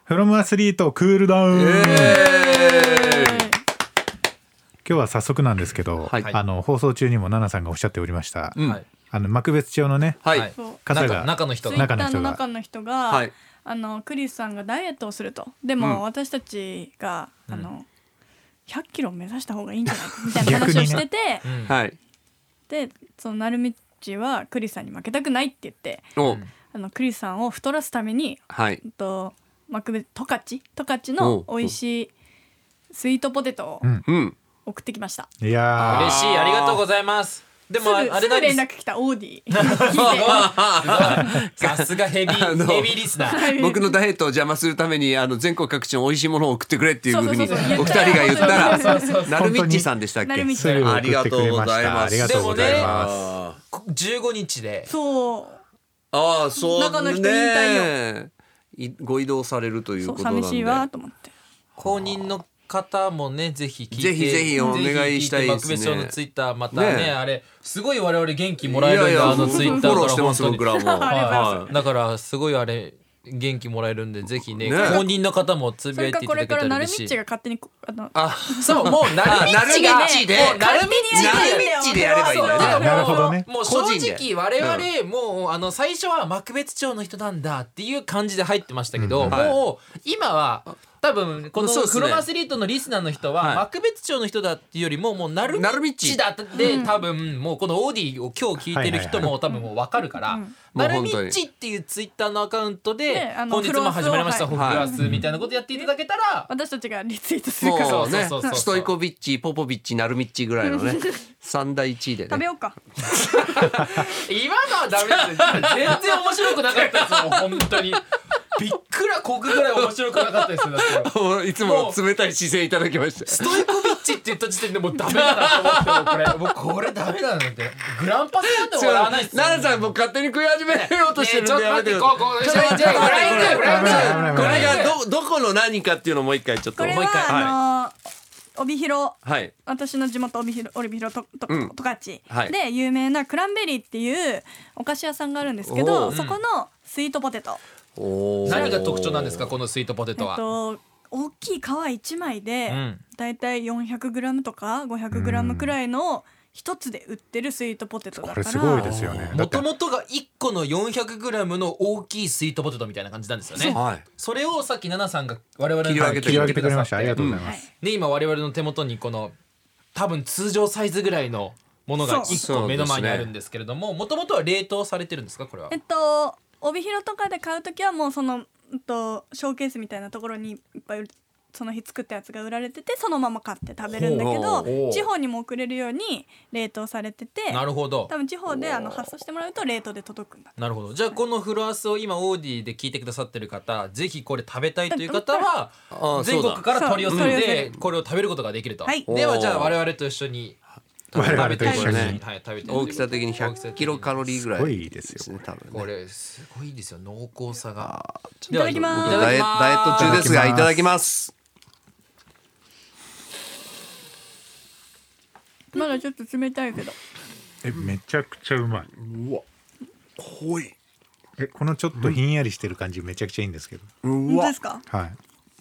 from アスリートクールダウン、今日は早速なんですけど、 はい、 放送中にも奈々さんがおっしゃっておりました、幕別町のね、 はい、 方が中の人がはい、 クリスさんがダイエットをすると。でも私たちが100キロ目指した方がいいんじゃないかみたいな話をしてて、 はい、 でそのなるみちはクリスさんに負けたくないって言って、クリスさんを太らすために、幕別十勝の美味しいスイートポテトを送ってきました。 いや嬉しい、ありがとうございます。でもあれすぐ連絡来たオーディさすがヘビーリスナー。 僕のダイエットを邪魔するために全国各地の美味しいものを送ってくれっていうふうにお二人が言ったらなるみっちさんでしたっけ。ありがとうございます。 でもね15日でそう中の人引退よ。 ご移動されるということなんで寂しいわと思って。 公認の方もねぜひ聞いて、 ぜひお願いしたいですね。 幕別町のツイッターまたねあれすごい我々元気もらえるんで、ツイッターフォローしてます僕らも。 だからすごいあれ元気もらえるんでぜひね公認の方もつぶやいていただけたら嬉しい。 それかこれからなるみっちが勝手にそうもうなるみっちでやればいいんだよね。 なるほどね。 もう正直我々もう最初は幕別町の人なんだっていう感じで入ってましたけど、もう今は多分このフロムアスリートのリスナーの人は幕別町の人だっていうよりももうなるみっちだって多分もうこのオーディを今日聞いてる人も多分もう分かるからなるみっちっていうツイッターのアカウントで本日も始まりましたホフクラスみたいなことやっていただけたら私たちがリツイートするからもうねストイコビッチポポビッチなるみっちぐらいのね3対1でね食べようか。 今のはダメですよ。全然面白くなかったですよ本当に。びっくらこくぐらい面白くなかったですよ。だっていつも冷たい視線いただきました。 ストイコビッチって言った時点でもうダメだなと思ってもうこれダメだなんてグランパスなんて笑わないっすよ。 奈々さんもう勝手に食い始めようとしてるんでやめてください。これがどこの何かっていうのをもう一回ちょっとこれは帯広、 はい、 私の地元帯広十勝はいで有名なクランベリーっていうお菓子屋さんがあるんですけど、そこのスイートポテト。 何が特徴なんですかこのスイートポテトは。 大きい皮1枚でだいたい 400g とか 500g くらいの一つで売ってるスイートポテトだから。 これすごいですよね。 もともとが1個の 400g の大きいスイートポテトみたいな感じなんですよね。それをさっき奈々さんが我々に切り分けてくれました。ありがとうございます。 で今我々の手元にこの多分通常サイズぐらいのものが1個目の前にあるんですけれども、もともとは冷凍されてるんですかこれは。 帯広とかで買うときはもうそのショーケースみたいなところにいっぱいその日作ったやつが売られててそのまま買って食べるんだけど、地方にも送れるように冷凍されてて。 なるほど。 多分地方で発送してもらうと冷凍で届くんだ。 なるほど。じゃあこのフロアスを今オーディで聞いてくださってる方、ぜひこれ食べたいという方は全国から取り寄せてこれを食べることができると。ではじゃあ我々と一緒に我々と一緒に大きさ的に100キロカロリーぐらいですね多分ね。 これすごいですよ濃厚さが。 いただきます。 ダイエット中ですがいただきます。 まだちょっと冷たいけどめちゃくちゃうまい。 うわ濃い。 このちょっとひんやりしてる感じめちゃくちゃいいんですけど。 本当ですか。 はい。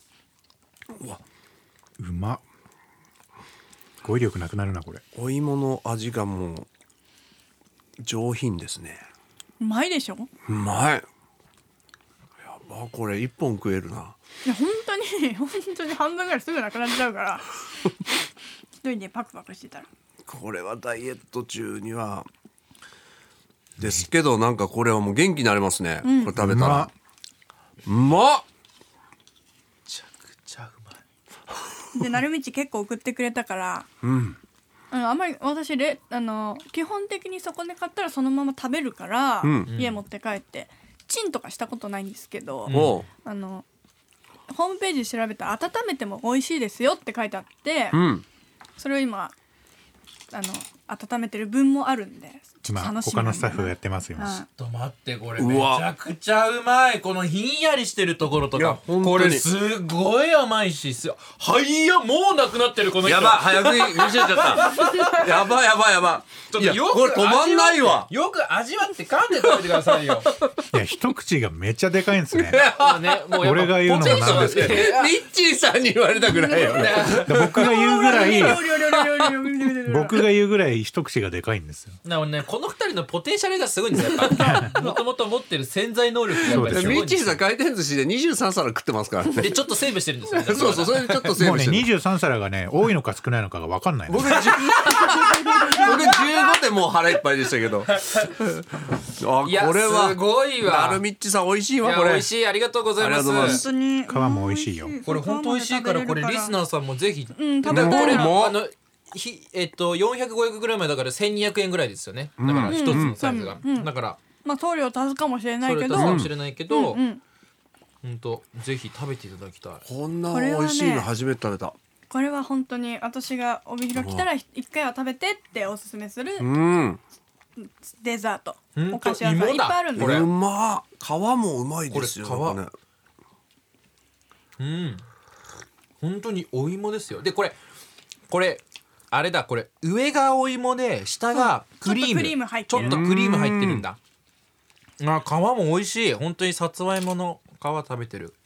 うまっ。語彙力なくなるなこれ。 お芋の味がもう上品ですね。 うまいでしょ。 うまい。やばこれ1本食えるな。 いや本当に半分ぐらいすぐなくなっちゃうから一人でパクパクしてたら。 これはダイエット中にはですけどなんかこれはもう元気になりますね、これ食べたら。うまっ。 めちゃくちゃうまい。 でなるみち結構送ってくれたから、あんまり私基本的にそこで買ったらそのまま食べるから、家持って帰ってチンとかしたことないんですけど、ホームページ調べたら温めても美味しいですよって書いてあって、それを今温めてる分もあるんで、 まあ他のスタッフがやってますよ。 ちょっと待って、これめちゃくちゃうまい。このひんやりしてるところとか、これすごい甘いし、はいや、もうなくなってるこの人。 やば、早食い見せちゃった。やばちょっとよくこれ止まんないわ。 よく味わって噛んで食べてくださいよ。 いや、一口がめっちゃでかいんですね。 俺が言うのもなんですけど、 ミッチーさんに言われたくないよね。 僕が言うぐらい一口がでかいんですよ。 なのでね、この二人のポテンシャルがすごいんですよ。やっぱもともと持ってる潜在能力がやっぱりすごいんですよ。 ミッチーさん回転寿司で23皿食ってますからね。 でちょっとセーブしてるんですよね。 そうそれでちょっとセーブしてる。 もうね、23皿がね、多いのか少ないのかが分かんない。 僕15でもう腹いっぱいでしたけど。 いや、これはすごいわ。 アルミッチさん美味しいわ。これ美味しい。ありがとうございます。 本当に皮も美味しいよ。 これ本当美味しいから、これリスナーさんもぜひ。 食べこれも400、500グラムだから1200円ぐらいですよね。だから一つのサイズが。だからまあ送料足すかもしれないけど、 本当ぜひ食べていただきたい。 こんな美味しいの初めて食べた。 これは本当に私が帯広来たら一回は食べてっておすすめするデザート、お菓子屋さんいっぱいあるんですよ。 うまっ。皮もうまいですよ。 これ皮、本当にお芋ですよ。でこれあれだ、これ上がお芋で下がクリーム、 ちょっとクリーム入ってる。 ちょっとクリーム入ってるんだ。皮も美味しい。本当にさつまいもの皮食べてる。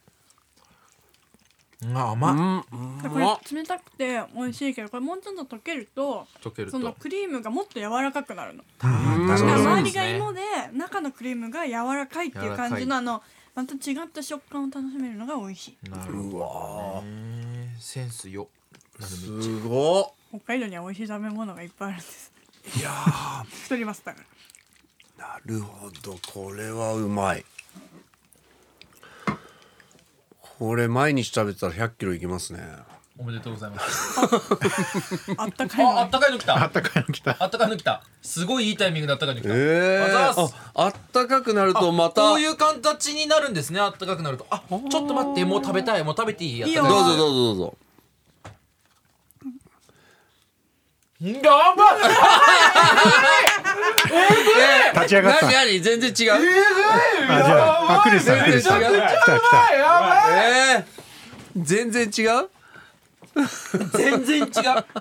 甘っ。 これ冷たくて美味しいけど、これもうちょっと溶けるとそのクリームがもっと柔らかくなるの。周りが芋で中のクリームが柔らかいっていう感じのまた違った食感を楽しめるのが美味しい。 なるほど。センスよ。 すごっ。 北海道には美味しい食べ物がいっぱいあるんです。 いや太りますだから。 なるほど、これはうまい。これ毎日食べてたら100キロいきますね。 おめでとうございます。 あったかいの。 あったかいの来た。 あったかいの来た。 あったかいの来た。すごいいいタイミングであったかいの来た。 あったかくなるとまたこういう形になるんですね。あったかくなると。ちょっと待って、もう食べたい。もう食べていい？ いいよ。 どうぞどうぞどうぞ。 頑張っ立ち上がった。 何全然違う。 じゃあクリスさん来た。 全然違う。 全然違う。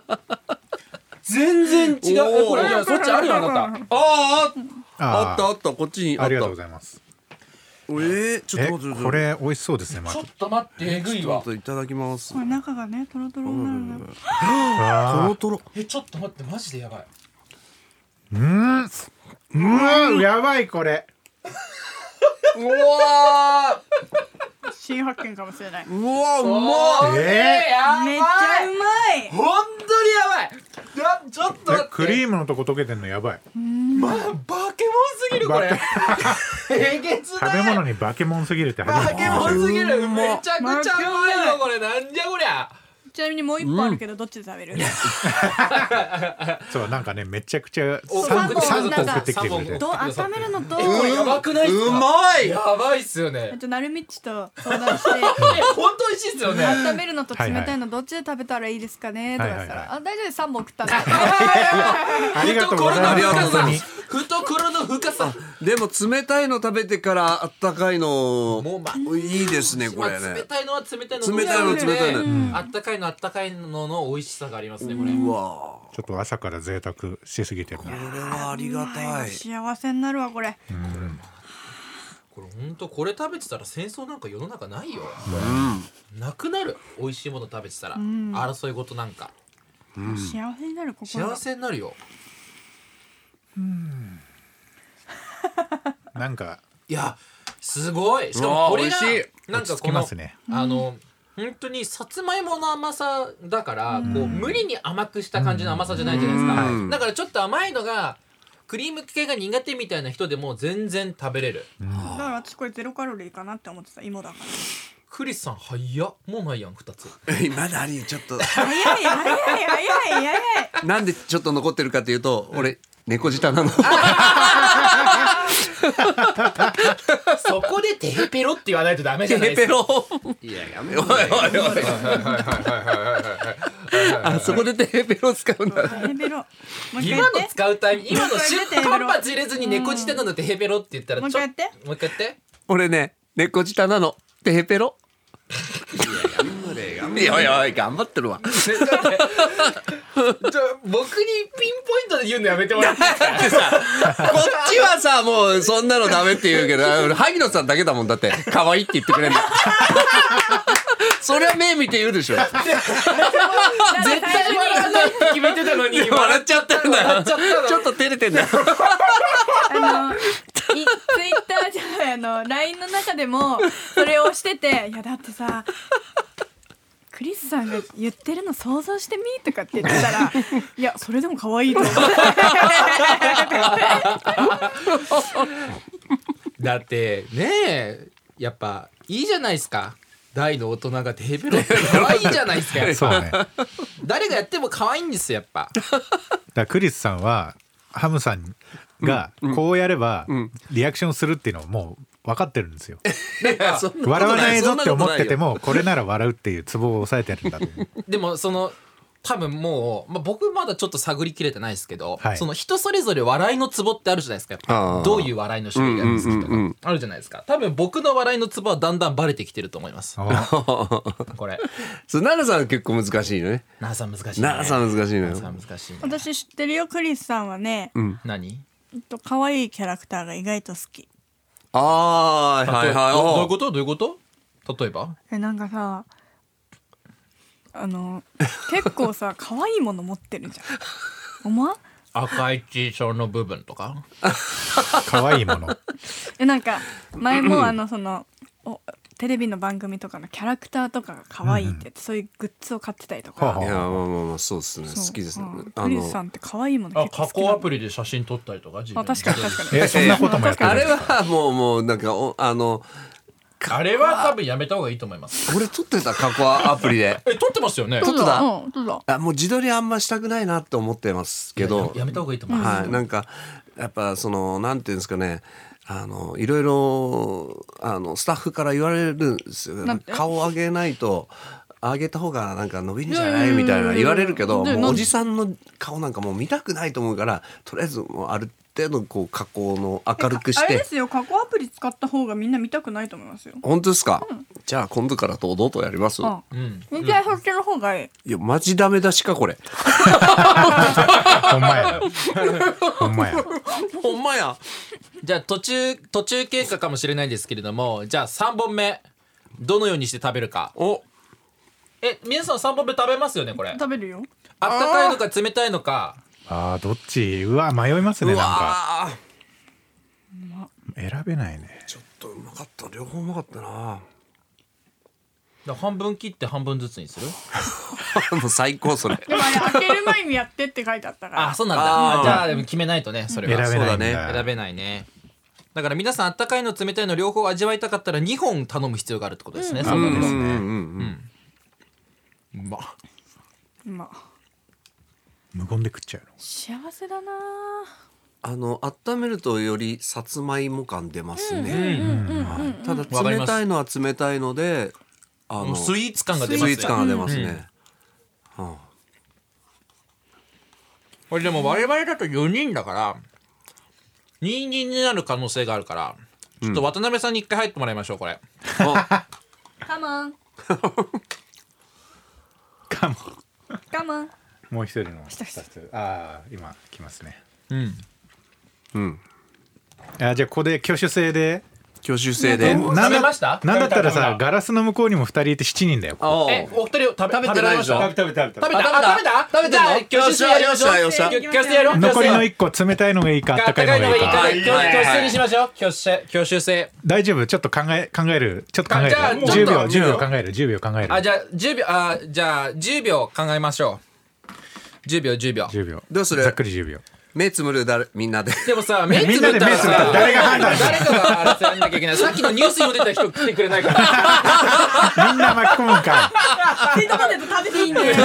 全然違う。これそっちあるよ、あなた。 あったこっちにあった。 ありがとうございます。 ちょっと待って、 これ美味しそうですね。 ちょっと待って、えぐいわ。 ちょっといただきます。 これ中がねトロトロになるの。 トロトロ。 ちょっと待って、マジでやばい。 やばいこれ。 うわ新発見かもしれない。 うわうまめっちゃうまい。 本当にやばい。ちょっと待って。 クリームのとこ溶けてんのやばい。 バケモンすぎるこれ。えげつない。 食べ物にバケモンすぎるって初めて。 バケモンすぎる。めちゃくちゃうまいぞこれ。なんじゃこりゃ。 ちなみにもう一本あるけどどっちで食べる？ そうなんかねめちゃくちゃ 3 個送ってきてくれて。 温めるのとこれやばくないっすか？ うまい。 やばいっすよね。 なるみっちと相談して本当美味しいっすよね。 温めるのと冷たいのどっちで食べたらいいですかねとかしたら大丈夫3本食ったんだ。 ありがとうございます。 懐の深さ。 でも冷たいの食べてからあったかいのいいですねこれね。 冷たいのは冷たいの。 冷たいの。 あったかいのあったかいのの美味しさがありますねこれ。 うわ。 ちょっと朝から贅沢しすぎてる。これはありがたい。 幸せになるわこれ。 これ本当これ食べてたら戦争なんか世の中ないよ。なくなる。美味しいもの食べてたら争い事なんか。 幸せになる心。 幸せになるよ。 なんかいやすごい。しかもこれがなんかこの本当にさつまいもの甘さだからこう無理に甘くした感じの甘さじゃないじゃないですか。だからちょっと甘いのがクリーム系が苦手みたいな人でも全然食べれる。 だから私これ0カロリーかなって思ってた芋だから。 クリスさん早っ。もうないやん2つ。 まだありちょっと早い。 なんでちょっと残ってるかというと俺猫舌なの。 そこでテヘペロって言わないとダメじゃないですか。 テヘペロ。 いややめろ。おい。 あそこでテヘペロ使うんだ。 テヘペロ。 今の使うタイミング、今のシュッ間髪入れずに猫舌なのテヘペロって言ったらもう一回やって。 もう一回やって。 俺ね、猫舌なのテヘペロ。いやいや頑張ってるわ。 じゃ僕にピンポイントで言うのやめてもらっていいですか。 こっちはさもうそんなのダメって言うけど、萩野さんだけだもん。だって可愛いって言ってくれるの。そりゃ目見て言うでしょ。絶対笑わないって決めてたのに笑っちゃったんだよ。ちょっと照れてんだよ。 ツイッターじゃないLINE の中でもそれをしてて、いやだってさクリスさんが言ってるの想像してみとかって言ってたらいやそれでも可愛いと思う。 だってねえ、やっぱいいじゃないですか。大の大人がテヘペロって可愛いじゃないですか。やっぱそうね。 誰がやっても可愛いんですよやっぱ。 だからクリスさんはハムさんがこうやればリアクションするっていうのをもう分かってるんですよ。笑わないぞって思っててもこれなら笑うっていうツボを押さえてるんだと思う。 でも多分もう、僕まだちょっと探りきれてないですけど、 はい、 その人それぞれ笑いのツボってあるじゃないですか。やっぱどういう笑いの種類が好きとかあるじゃないですか。多分僕の笑いのツボはだんだんバレてきてると思います。これ奈良さんは結構難しいのね。 奈良さん難しい、 奈良さん難しいのよ。 私知ってるよ、クリスさんはね、 何可愛いキャラクターが意外と好き。 あー、はいはい。 どういうことどういうこと。例えばなんかさ結構さ可愛いもの持ってるじゃん。思わん？ 赤いTシャツの部分とか可愛いものなんか前もテレビの番組とかのキャラクターとかが可愛いって言って、そういうグッズを買ってたりとか。 いやまあそうですね。好きですね。 クリスさんって可愛いもの結構好き。 加工アプリで写真撮ったりとか。 確かに確かに。 そんなこともやってるんあれですか。 はもうなんかあれは多分やめた方がいいと思います。 俺撮ってた加工アプリで。 撮ってますよね。 撮ってた。もう自撮りあんましたくないなって思ってますけど。 やめた方がいいと思います。 はい。なんかやっぱなんていうんですかね。いろいろスタッフから言われるんですよ。顔を上げないと上げた方がなんか伸びるんじゃないみたいな言われるけど、もうおじさんの顔なんかもう見たくないと思うから、とりあえずもうある程度こう加工の明るくして。 あれですよ、加工アプリ使った方がみんな見たくないと思いますよ。 本当ですか？じゃあ今度から堂々とやります。 みんなそっちの方がいい。 いやマジダメ出しかこれ。 ほんまや。ほんまや。 ほんまや。 じゃあ途中経過かもしれないんですけれども、じゃあ3本目どのようにして食べるか。皆さん3本目食べますよねこれ。 食べるよ。 あったかいのか冷たいのか。 どっち。うわ迷いますね。なんか選べないね。 ちょっとうまかった。両方うまかったな。 半分切って半分ずつにする。 もう最高それ。 でもあれ開ける前にやってって書いてあったから。 そうなんだ。じゃあでも決めないとね、それは。 選べないね。 選べないね。だから皆さんあったかいの冷たいの両方味わいたかったら2本頼む必要があるってことですね。そうですね。 無言で食っちゃうの。 幸せだな。 温めるとよりさつまいも感出ますね。ただ冷たいのは冷たいのでスイーツ感が出ますね。 スイーツ感が出ますね。 これでも我々だと4人だから2人になる可能性があるから、ちょっと渡辺さんに1回入ってもらいましょうこれ。 カモンカモンカモン。 もう一人の2つ。今来ますね。じゃあここで挙手制で。 挙手制で。 食べました？ なんだったらさ、ガラスの向こうにも2人いて7人だよ。 お二人食べてないでしょ。 食べた。 じゃあ挙手制やりましょう。挙手やろう。 残りの1個冷たいのがいいかあったかいのがいいか。 挙手制にしましょう。挙手制。 大丈夫。ちょっと考える。10秒考える。じゃあ10秒考えましょう。10秒。 どうする？ ざっくり10秒。 目つむるみんなで。 でもさ、目つむったらさ、誰が判断する？誰かがあれやんなきゃいけない。さっきのニュースにも出た人来てくれないから。 みんな巻き込むか。 スイートポテト食べていいんだよ。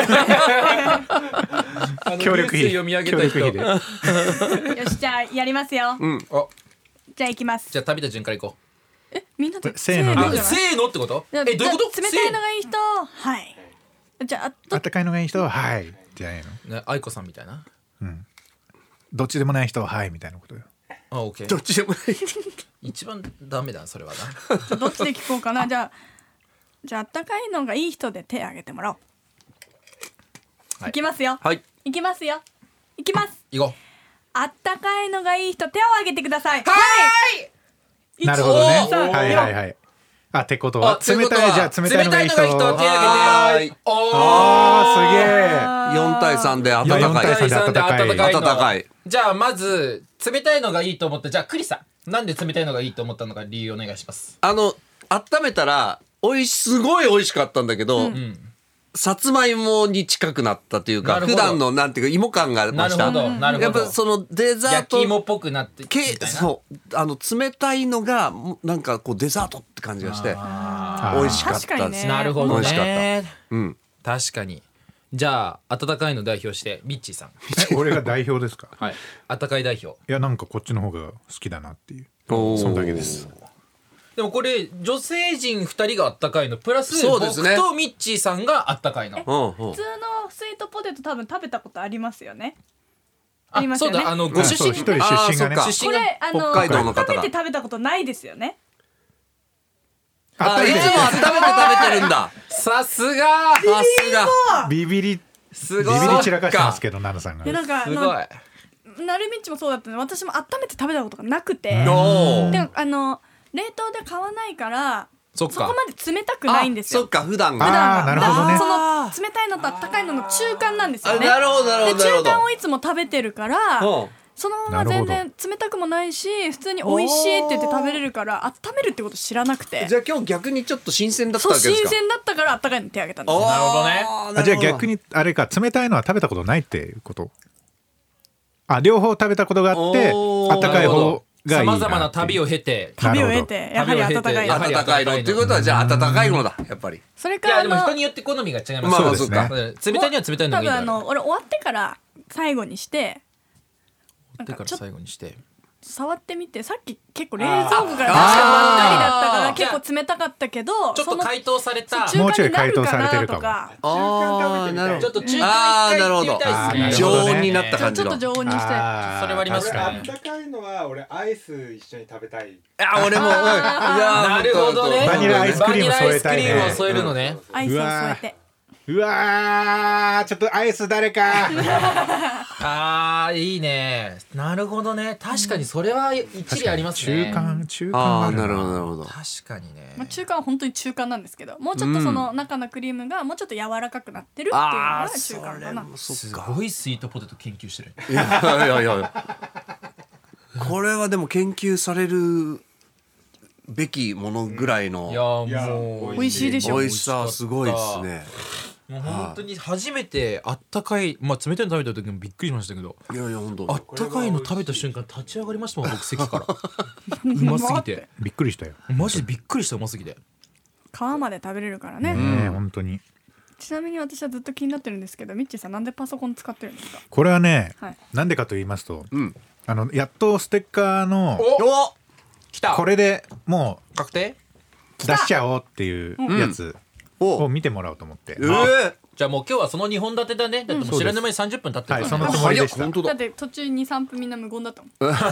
協力費。 読み上げた人。 よし、じゃあやりますよ。じゃあ行きます。 じゃあ食べた順から行こう。みんなでせーのせーのってこと？どういうこと？ 冷たいのがいい人。はい。 じゃああったかいのがいい人ははいじゃないの。 ね、愛子さんみたいな。 どっちでもない人ははいみたいなことよ。 あ、オッケー。 どっちでもない一番ダメだそれはな。 どっちで聞こうかな。じゃああったかいのがいい人で手挙げてもらおう。 はいいきますよ。 はいいきますよ。いきます。 行こう。 あったかいのがいい人手を挙げてください。はいなるほどね。 1 2 3 はいはいはい。あってことはということは冷たいじゃあ冷たいのがいい人。 冷たいのがいい人手は挙げて。 いあ 4対3で温かい 4対3で温かい温かい。 じゃあまず冷たいのがいいと思ったじゃあクリさんなんで冷たいのがいいと思ったのか理由お願いします。 温めたらすごい美味しかったんだけど、さつまいもに近くなったというか、 なるほど普段のなんていうか芋感が増した。 なるほどなるほど。 やっぱそのデザート焼き芋っぽくなってみたいな。 そう冷たいのがなんかこうデザートって感じがして美味しかったです。 確かにねなるほど美味しかっね。 うん。 確かに。じゃあ温かいの代表してミッチーさん。 俺が代表ですか。 はい。温かい代表。 いやなんかこっちの方が好きだなっていう。 おーそんだけです。 でもこれ女性陣2人があったかいのプラス僕そうですねとミッチーさんがあったかいの。 うんうん普通のスイートポテト多分食べたことありますよね。あありますよね。 そうだご出身そう一人出身がね。 あーそっか出身がこれ北海道の方が温めて食べたことないですよね。 いつも温めて食べてるんだ。 さすがさすが。 ビビりすごい。 ビビり散らかしてますけどナナさんがで。なんかすごい。 なるみっちもそうだったので私も温めて食べたことがなくて。 おーで冷凍で買わないからそっかそこまで冷たくないんですよ。 そっか普段あが。 ーなるほどねその冷たいのと温かいのの中間なんですよね。 なるほどなるほどなるほど。 で中間をいつも食べてるからうんそのまま全然冷たくもないし普通に美味しいって言って食べれるから温めるってこと知らなくて。 じゃあ今日逆にちょっと新鮮だったそうわけですか。 新鮮だったから温かいの手あげたんですよ。 なるほどねあーじゃあ逆にあれか冷たいのは食べたことないっていうこと。両方食べたことがあっておー温かい方がいいな。 さまざまな旅を経て。 旅をなるほど経てやはり温かいの。 やはり温かいのっていうことはじゃあ温かいものだやっぱり。 それからいやでも人によって好みが違います。 まあまあそうですねそうか冷たいには冷たいのがいいんだよ。 多分俺終わってから最後にしてなんだからかちょっと最後にして。 触ってみてさっき結構冷蔵庫から出したばっかりだったからあー結構冷たかったけどちょっと解凍された。 そのもうちょい中間になるか解凍されてなるかもとかああなるほど。 ちょっと中あーなるほど間一回行ってみたいですね。 なるほどね常温になった感じの。 ちょっと常温にしてそれはありますねあったかいのは俺アイス一緒に食べたい。 俺も。いやーなるほどね。 バニラアイスクリーム添えたいねバニラアイスクリームを添えるのね。 アイスを添えてうわーちょっとアイス誰か。 あーいいね。なるほどね。確かにそれは一理ありますね。 中間あああるなるほどなるほど。 確かにね。 まあ中間は本当に中間なんですけどもうちょっとその中のクリームがもうちょっと柔らかくなってるっていうのが中間かな。 すそっか。 ごいスイートポテト研究してる。 いやいやいやいや。これはでも研究されるべきものぐらいのいやもう美味しいでしょ美味しさすごいですね。 もう本当に初めてあったかい、まあ冷たいの食べた時もびっくりしましたけど、 いやいや本当。 あったかいの食べた瞬間立ち上がりましたもん僕席から。うますぎて、 びっくりしたよ。 マジでびっくりしたうますぎて。 皮まで食べれるからね。 本当に。 ちなみに私はずっと気になってるんですけどミッチーさんなんでパソコン使ってるんですか。 これはねはいなんでかと言いますとうん。 やっとステッカーのお来た。 これでも確定？ う出しちゃおうっていうやつおを見てもらおうと思って。 じゃあもう今日はその2本立てだね。だってもう知らぬ間に30分経ってるからね。 はいそのつもりでした。 本当だ。 だって途中2、3分みんな無言だったもん。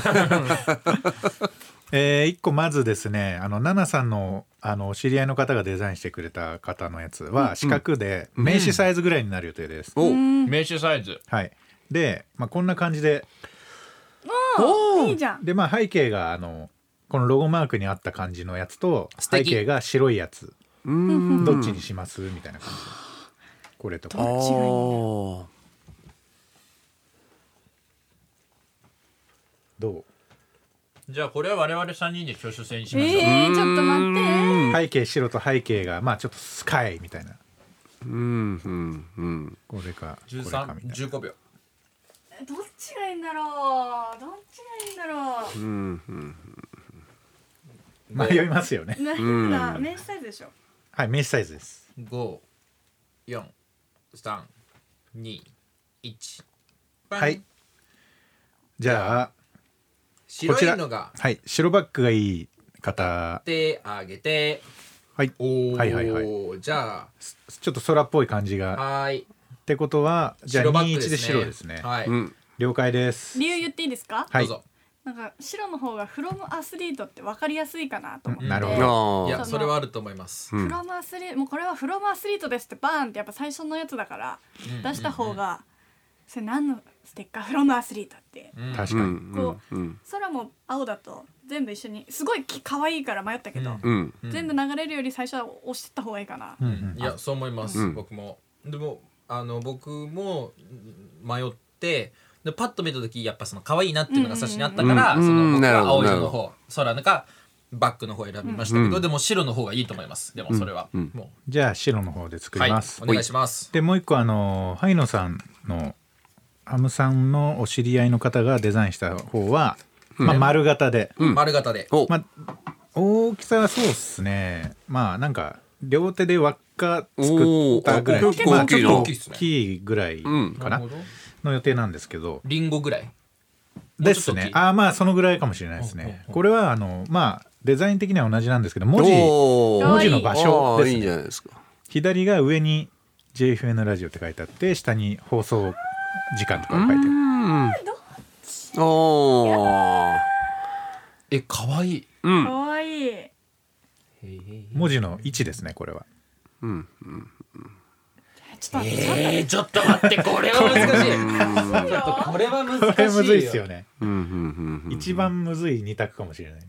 一個まずですねナナさんのお知り合いの方がデザインしてくれた方のやつは四角で名刺サイズぐらいになる予定です。 お名刺サイズ。 はい。でこんな感じでいいじゃん。 背景がこのロゴマークにあった感じのやつと背素敵景が白いやつうん。 どっちにしますみたいな感じでこれとかあーどじゃあこれは我々3人で挙手制にしましょう。 ちょっと待って。 う背景白と背景がちょっとスカイみたいなうんうんこれかこれか 13、 みたいな 15秒。 どっちがいいんだろう。どっちがいいんだろう。 うん。 迷いますよね。 なんだ名刺サイズでしょ。 はい名刺サイズです。 5、4、3、2、1。 はい。じゃあ白いのがはい白バッグがいい方手上げて。 はい、はいはいはい。 じゃあちょっと空っぽい感じが。 はい。 ってことはじゃあ21で白ですね。 はい。 了解です。 理由言っていいですか？ はい。 どうぞ。 なんか白の方がフロムアスリートって分かりやすいかなと思って。 なるほど。 いやそれはあると思います。 フロムアスリートもうこれはフロムアスリートですってバーンってやっぱ最初のやつだから出した方が、それ何のステッカーフロムアスリートって。 確かに。 こう空も青だと全部一緒にすごい可愛いから迷ったけど、全部流れるより最初は押してった方がいいかな。 いやそう思います。僕も。でも僕も迷って。でパッと見た時やっぱその可愛いなっていうのが写真にあったからその僕は青色の方空かバックの方を選びましたけどでも白の方がいいと思います。でもそれはもうじゃあ白の方で作ります。 お願いします。 でもう一個ハイノさんのハムさんのお知り合いの方がデザインした方は丸型で丸型で大きさはそうっすね。まあなんか両手で輪っか作ったぐらいまあちょっと大きいぐらいかなの予定なんですけど、 リンゴぐらいですね。まあそのぐらいかもしれないですね。これはまあデザイン的には同じなんですけど文字の場所ですね。いいんじゃないですか。左が上に JFN ラジオって書いてあって下に放送時間とか書いてある。 かわいい。 かわいい。 文字の位置ですねこれは。 ちょっと待ってこれは難しい。ちょっとこれは難しいよ。 これむずいっすよね。一番むずい二択かもしれない。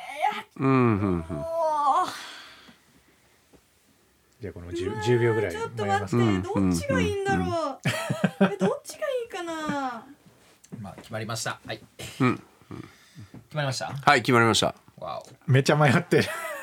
じゃあこの 10秒ぐらいちょっと待ってどっちがいいんだろう。どっちがいいかな。 まあ決まりました。はい。決まりました。 はい決まりました。 わお。めちゃ迷ってる。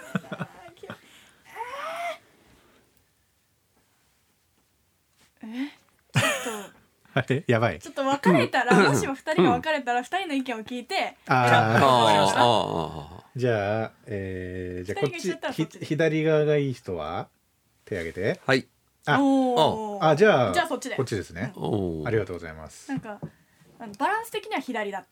やばい。 ちょっと別れたら、もしも2人が別れたら2人の意見を聞いてじゃあじゃあこっち左側がいい人は手挙げて。 はい。 じゃあそっちでこっちですね。ありがとうございます。 なんかバランス的には左だった。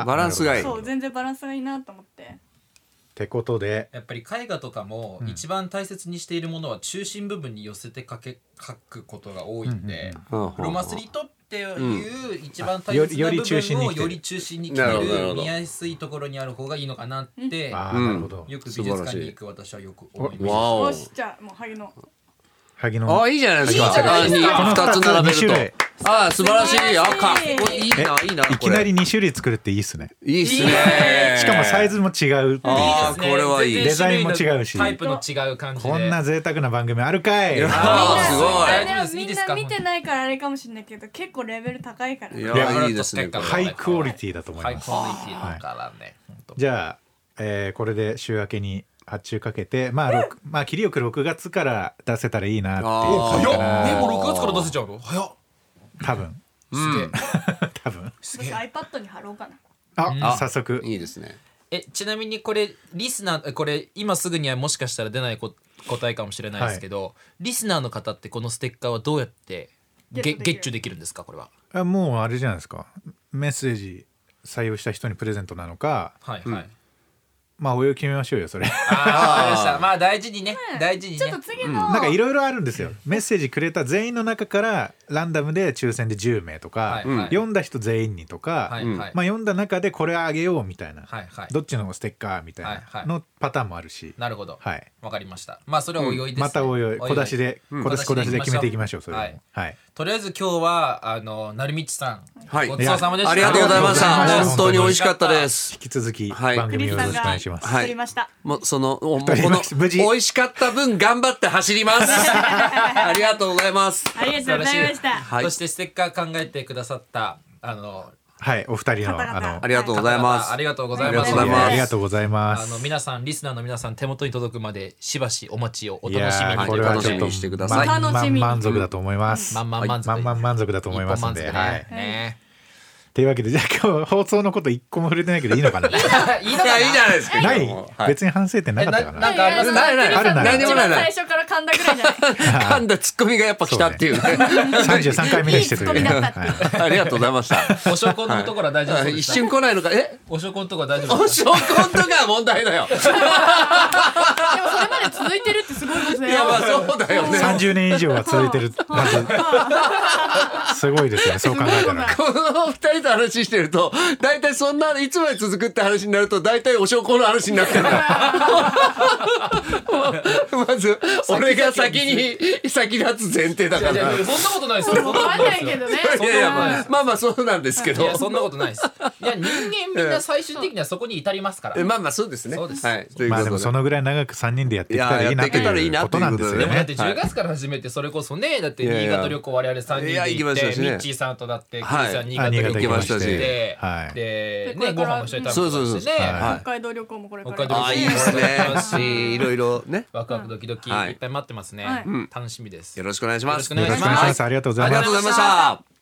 バランスがいい。 そう全然バランスがいいなと思って。 ってことでやっぱり絵画とかも一番大切にしているものは中心部分に寄せて描くことが多いんで、フロムアスリートっていう一番大切な部分をより中心に来てる見やすいところにある方がいいのかなってよく美術館に行く私はよく思います。 よしじゃあもう萩野いいじゃないですか。2つ並べると素晴らしい。かっこいいな。 いきなり2種類作るっていいっすね。 いいっすね。 しかもサイズも違う。 これはいい。 デザインも違うしタイプの違う感じでこんな贅沢な番組あるかい。 すごい。 みんな見てないからあれかもしれないけど結構レベル高いから。 いやいいですね。 ハイクオリティだと思います。 ハイクオリティだからね。 じゃあこれで週明けに発注かけてまあ切りよく6月から出せたらいいなっていう感じかな。 でも6月から出せちゃうの早っ。 多分すげえ多分 iPad に貼ろうかな。 早速いいですね。 ちなみにこれリスナーこれ今すぐにはもしかしたら出ない答えかもしれないですけど、リスナーの方ってこのステッカーはどうやってゲッチュできるんですか。これはもうあれじゃないですか。メッセージ採用した人にプレゼントなのか。まあお湯決めましょうよそれ。 まあ大事にね大事にね。 ちょっと次のなんかいろいろあるんですよ。メッセージくれた全員の中からランダムで抽選で10名とか読んだ人全員にとかまあ読んだ中でこれあげようみたいなどっちのステッカーみたいなのパターンもあるし。 なるほどわかりました。まあそれはおいおいですね。 またおいおい小出しで決めていきましょうそれ。 とりあえず今日は成道さんごちそうさまでした。 ありがとうございました。本当に美味しかったです。 引き続き番組をよろしくお願いします。 作りました。 もうこの美味しかった分頑張って走ります。ありがとうございます。 ありがとうございました。 そしてステッカー考えてくださったお二人のありがとうございます。 ありがとうございます。 ありがとうございます。 皆さんリスナーの皆さん手元に届くまでしばしお待ちをお楽しみに。 これはちょっとしてください。 満足だと思います。 満足だと思いますので。 というわけでじゃあ今日放送のこと一個も触れてないけどいいのかな。いいじゃないですか。 ない別に反省点なかったかな。 なんかあります。 何でもない。 最初から噛んだぐらいじゃない。 噛んだツッコミがやっぱ来たっていうね。 33回目にしてという。 ありがとうございました。 おしょこのところは大丈夫ですか。 一瞬来ないのか。 おしょこのところは大丈夫ですか。 おしょこのところは問題だよ。 でもそれまでで続いてるってすごいことだよ。 いやまあそうだよね。 30年以上は続いてるはず。すごいですね、そう考えたら。 この2人と話してると大体そんないつまで続くって話になると大体お証拠の話になってるんだ。まず俺が先立つ前提だから。 そんなことないですよ。 わかんないけどね。 いやまあそうなんですけど。 いやそんなことないです。いや人間みんな最終的にはそこに至りますから。 まあそうですね。 そうです。 はい。ということでまあでもそのぐらい長く3人でやっていけたらいいなということなんですよでもだってね。 10月から始めてそれこそね、だって新潟旅行我々3人で行ってミッチーさんとだってクリスさん新潟旅行行きましたし、でねご飯も一緒に食べてましたしね。 北海道旅行もこれから。 あいいですね。いろいろね。 ワクワクドキドキいっぱい待ってますね。楽しみです。 よろしくお願いします。 よろしくお願いします。 ありがとうございます。 ありがとうございました。